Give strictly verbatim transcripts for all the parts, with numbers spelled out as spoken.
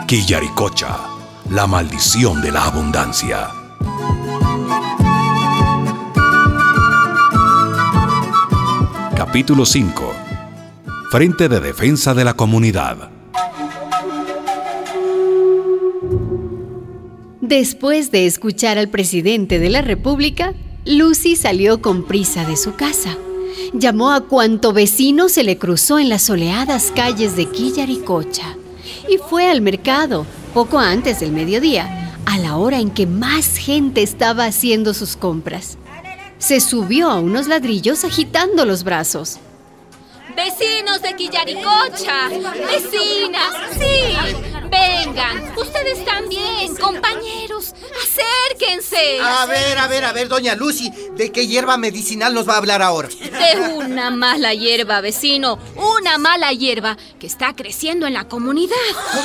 Quillaricocha, la maldición de la abundancia. Capítulo cinco. Frente de Defensa de la Comunidad. Después de escuchar al presidente de la República, Lucy salió con prisa de su casa. Llamó a cuanto vecino se le cruzó en las soleadas calles de Quillaricocha y fue al mercado poco antes del mediodía, a la hora en que más gente estaba haciendo sus compras. Se subió a unos ladrillos agitando los brazos. ¡Vecinos de Quillaricocha! ¡Vecinas! ¡Sí! ¡Vengan! ¡Ustedes también! ¡Compañeros! ¡Acérquense! A ver, a ver, a ver, doña Lucy, ¿de qué hierba medicinal nos va a hablar ahora? De una mala hierba, vecino. Una mala hierba que está creciendo en la comunidad.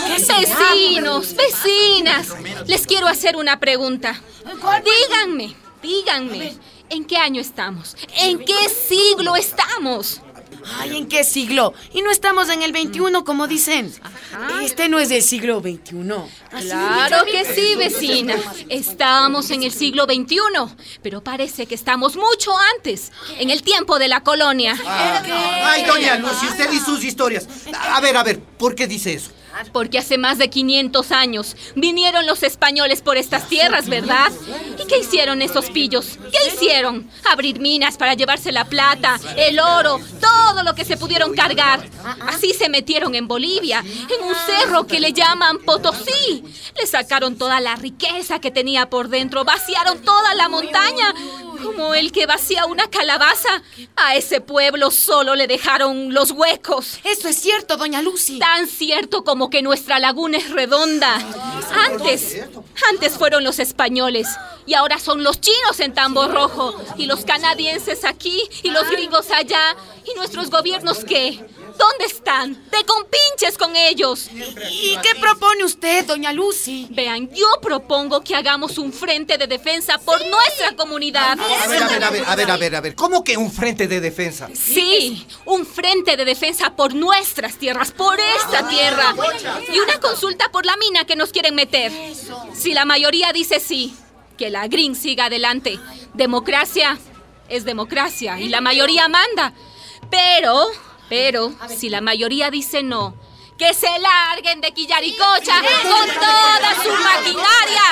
Vecinos, vecinas, les quiero hacer una pregunta. Díganme, díganme, ¿en qué año estamos? ¿En qué siglo estamos? Ay, ¿en qué siglo? Y no estamos en el veintiuno, como dicen. Ajá. Este no es del siglo veintiuno. Claro que sí, vecina. Estamos en el siglo veintiuno, pero parece que estamos mucho antes, en el tiempo de la colonia. Ah, ay, doña Lucy, usted y sus historias. A ver, a ver, ¿por qué dice eso? Porque hace más de quinientos años vinieron los españoles por estas tierras, ¿verdad? ¿Y qué hicieron esos pillos? ¿Qué hicieron? Abrir minas para llevarse la plata, el oro, todo lo que se pudieron cargar. Así se metieron en Bolivia, en un cerro que le llaman Potosí. Le sacaron toda la riqueza que tenía por dentro, vaciaron toda la montaña. Como el que vacía una calabaza. A ese pueblo solo le dejaron los huecos. Eso es cierto, doña Lucy. Tan cierto como que nuestra laguna es redonda. Antes, antes fueron los españoles y ahora son los chinos en Tambor Rojo y los canadienses aquí y los gringos allá. ¿Y nuestros gobiernos qué? ¿Dónde están? ¡De compinches con ellos! ¿Y qué propone usted, doña Lucy? Vean, yo propongo que hagamos un frente de defensa por sí. nuestra comunidad. A ver, a ver, a ver, a ver, a ver, a ver. ¿Cómo que un frente de defensa? Sí, un frente de defensa por nuestras tierras, por esta tierra. Y una consulta por la mina que nos quieren meter. Si la mayoría dice sí, que la Green siga adelante. Democracia es democracia y la mayoría manda. Pero... Pero, si la mayoría dice no, ¡que se larguen de Quillaricocha con toda su maquinaria!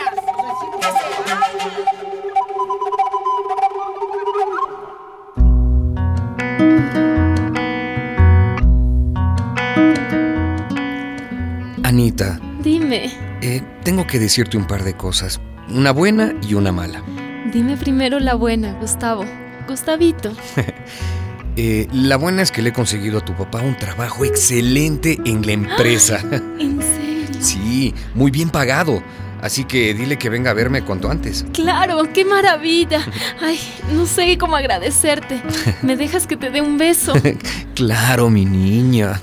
Anita. Dime. Eh, tengo que decirte un par de cosas. Una buena y una mala. Dime primero la buena, Gustavo. Gustavito. Eh, la buena es que le he conseguido a tu papá un trabajo excelente en la empresa. ¿En serio? Sí, muy bien pagado. Así que dile que venga a verme cuanto antes. ¡Claro! ¡Qué maravilla! Ay, no sé cómo agradecerte. ¿Me dejas que te dé un beso? Claro, mi niña.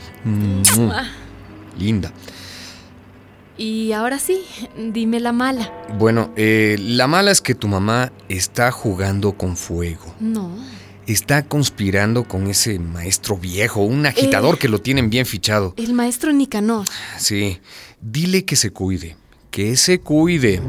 Linda. Y ahora sí, dime la mala. Bueno, eh, la mala es que tu mamá está jugando con fuego. No. Está conspirando con ese maestro viejo, un agitador eh, que lo tienen bien fichado. El maestro Nicanor. Sí, dile que se cuide, que se cuide.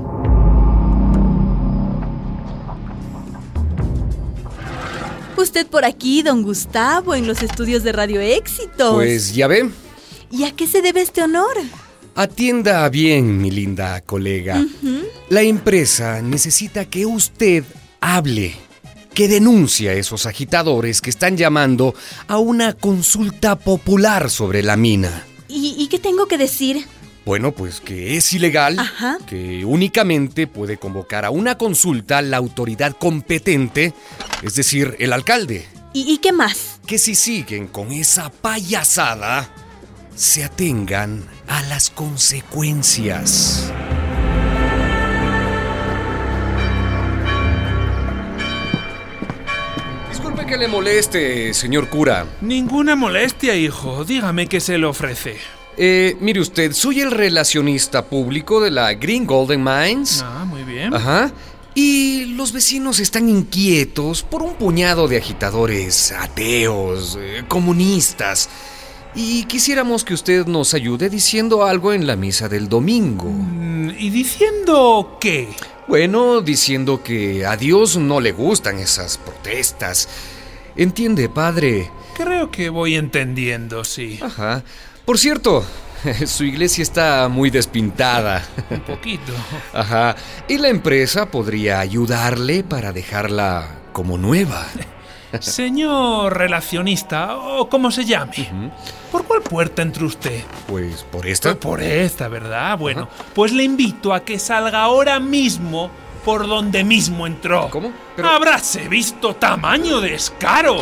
Usted por aquí, don Gustavo, en los estudios de Radio Éxitos. Pues ya ve. ¿Y a qué se debe este honor? Atienda bien, mi linda colega. Uh-huh. La empresa necesita que usted hable, que denuncie a esos agitadores que están llamando a una consulta popular sobre la mina. ¿Y, y qué tengo que decir? Bueno, pues que es ilegal, Ajá. que únicamente puede convocar a una consulta la autoridad competente, es decir, el alcalde. ¿Y, y qué más? Que si siguen con esa payasada, se atengan a las consecuencias. Disculpe que le moleste, señor cura. Ninguna molestia, hijo. Dígame qué se le ofrece. Eh, mire usted, soy el relacionista público de la Green Golden Mines. Ah, muy bien. Ajá. Y los vecinos están inquietos por un puñado de agitadores ateos, eh, comunistas, Y quisiéramos que usted nos ayude diciendo algo en la misa del domingo. ¿Y diciendo qué? Bueno, diciendo que a Dios no le gustan esas protestas. ¿Entiende, padre? Creo que voy entendiendo, sí. Ajá. Por cierto, su iglesia está muy despintada. Un poquito. Ajá. Y la empresa podría ayudarle para dejarla como nueva. Señor relacionista, o como se llame, uh-huh. ¿Por cuál puerta entró usted? Pues por esta. Pues por esta, ¿verdad? Bueno, uh-huh. Pues le invito a que salga ahora mismo por donde mismo entró. ¿Cómo? Pero... ¡Habráse visto tamaño descaro!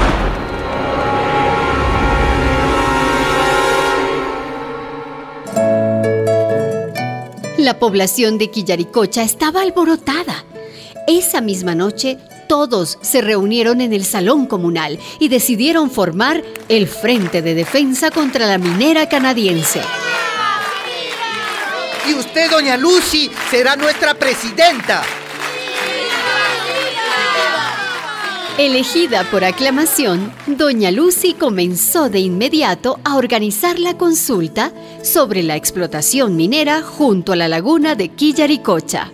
La población de Quillaricocha estaba alborotada. Esa misma noche, todos se reunieron en el salón comunal y decidieron formar el Frente de Defensa contra la minera canadiense. Y usted, doña Lucy, será nuestra presidenta. Elegida por aclamación, doña Lucy comenzó de inmediato a organizar la consulta sobre la explotación minera junto a la laguna de Quillaricocha.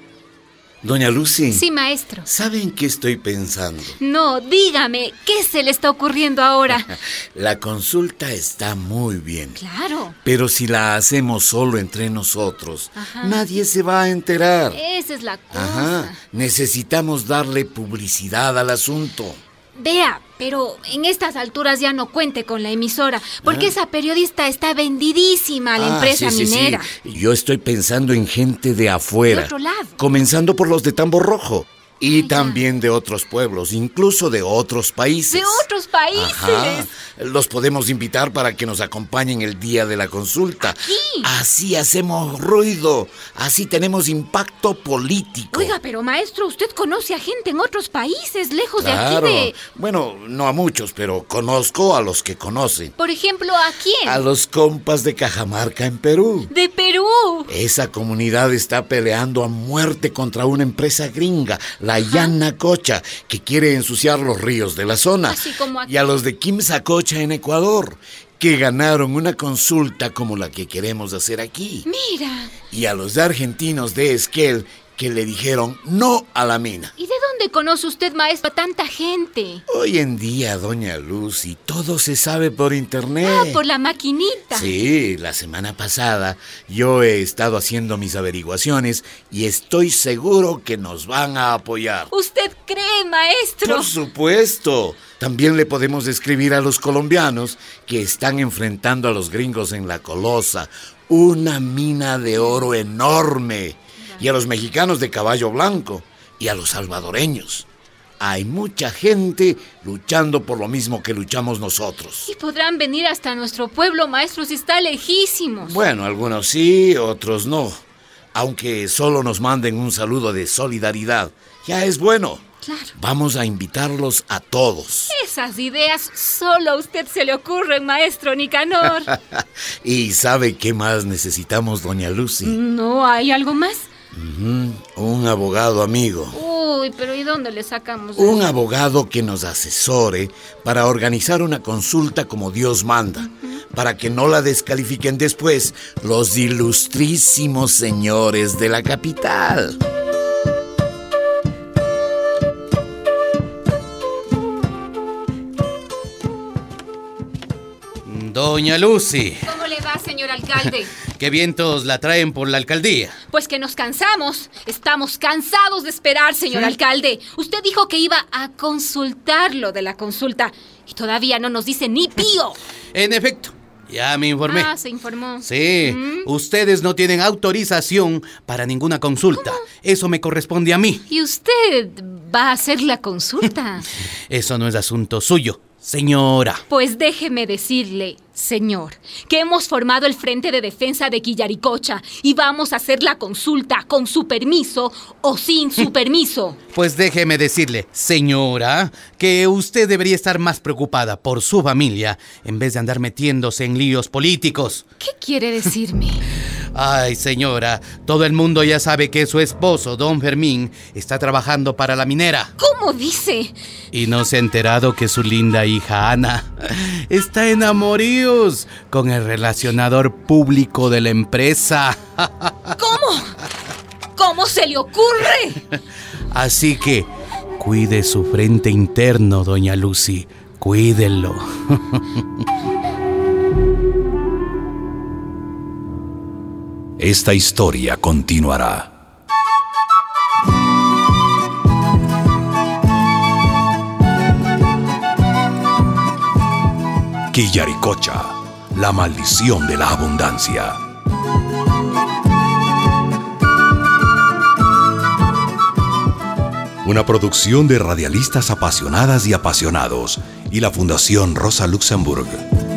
Doña Lucy. Sí, maestro. ¿Saben qué estoy pensando? No, dígame, ¿qué se le está ocurriendo ahora? La consulta está muy bien. Claro. Pero si la hacemos solo entre nosotros, ajá, nadie se va a enterar. Esa es la cosa. Ajá. Necesitamos darle publicidad al asunto. Vea, pero en estas alturas ya no cuente con la emisora, porque ¿ah? Esa periodista está vendidísima a la ah, empresa sí, sí, minera. Sí. Yo estoy pensando en gente de afuera. De otro lado. Comenzando por los de Tambo Rojo. Y Ay, también ya. de otros pueblos, incluso de otros países. ¿De otros países? Ajá. Los podemos invitar para que nos acompañen el día de la consulta. ¿Aquí? Así hacemos ruido, así tenemos impacto político. Oiga, pero maestro, usted conoce a gente en otros países, lejos claro. de aquí de... Bueno, no a muchos, pero conozco a los que conocen. Por ejemplo, ¿a quién? A los compas de Cajamarca en Perú. ¿De Perú? Esa comunidad está peleando a muerte contra una empresa gringa, la Yanacocha, que quiere ensuciar los ríos de la zona. Así como aquí. Y a los de Quimsacocha en Ecuador, que ganaron una consulta como la que queremos hacer aquí. Mira. Y a los de argentinos de Esquel, que le dijeron no a la mina. ¿Y de dónde conoce usted, maestro, a tanta gente? Hoy en día, doña Lucy, todo se sabe por internet. Ah, por la maquinita. Sí, la semana pasada yo he estado haciendo mis averiguaciones y estoy seguro que nos van a apoyar. ¿Usted cree, maestro? Por supuesto. También le podemos escribir a los colombianos que están enfrentando a los gringos en La Colosa, una mina de oro enorme. Y a los mexicanos de Caballo Blanco, y a los salvadoreños. Hay mucha gente luchando por lo mismo que luchamos nosotros. Y podrán venir hasta nuestro pueblo, maestro, si está lejísimos. Bueno, algunos sí, otros no. Aunque solo nos manden un saludo de solidaridad, ya es bueno. Claro. Vamos a invitarlos a todos. Esas ideas solo a usted se le ocurren, maestro Nicanor. ¿Y sabe qué más necesitamos, doña Lucy? ¿No hay algo más? Uh-huh. Un abogado amigo. Uy, pero ¿y dónde le sacamos eso? Un abogado que nos asesore para organizar una consulta como Dios manda, uh-huh, para que no la descalifiquen después los ilustrísimos señores de la capital. Doña Lucy. ¿Cómo le va, señor alcalde? ¿Qué vientos la traen por la alcaldía? Pues que nos cansamos. Estamos cansados de esperar, señor ¿Sí? alcalde. Usted dijo que iba a consultar lo de la consulta y todavía no nos dice ni pío. En efecto, ya me informé. Ah, se informó. Sí, ¿Mm? Ustedes no tienen autorización para ninguna consulta. ¿Cómo? Eso me corresponde a mí. ¿Y usted va a hacer la consulta? Eso no es asunto suyo, señora. Pues déjeme decirle, señor, que hemos formado el Frente de Defensa de Quillaricocha y vamos a hacer la consulta con su permiso o sin su permiso. Pues déjeme decirle, señora, que usted debería estar más preocupada por su familia en vez de andar metiéndose en líos políticos. ¿Qué quiere decirme? Ay, señora, todo el mundo ya sabe que su esposo, don Fermín, está trabajando para la minera. ¿Cómo dice? Y no se ha enterado que su linda hija Ana está enamoríos con el relacionador público de la empresa. ¿Cómo? ¿Cómo se le ocurre? Así que cuide su frente interno, doña Lucy. Cuídenlo. Esta historia continuará. Quillaricocha, la maldición de la abundancia. Una producción de radialistas apasionadas y apasionados y la Fundación Rosa Luxemburg.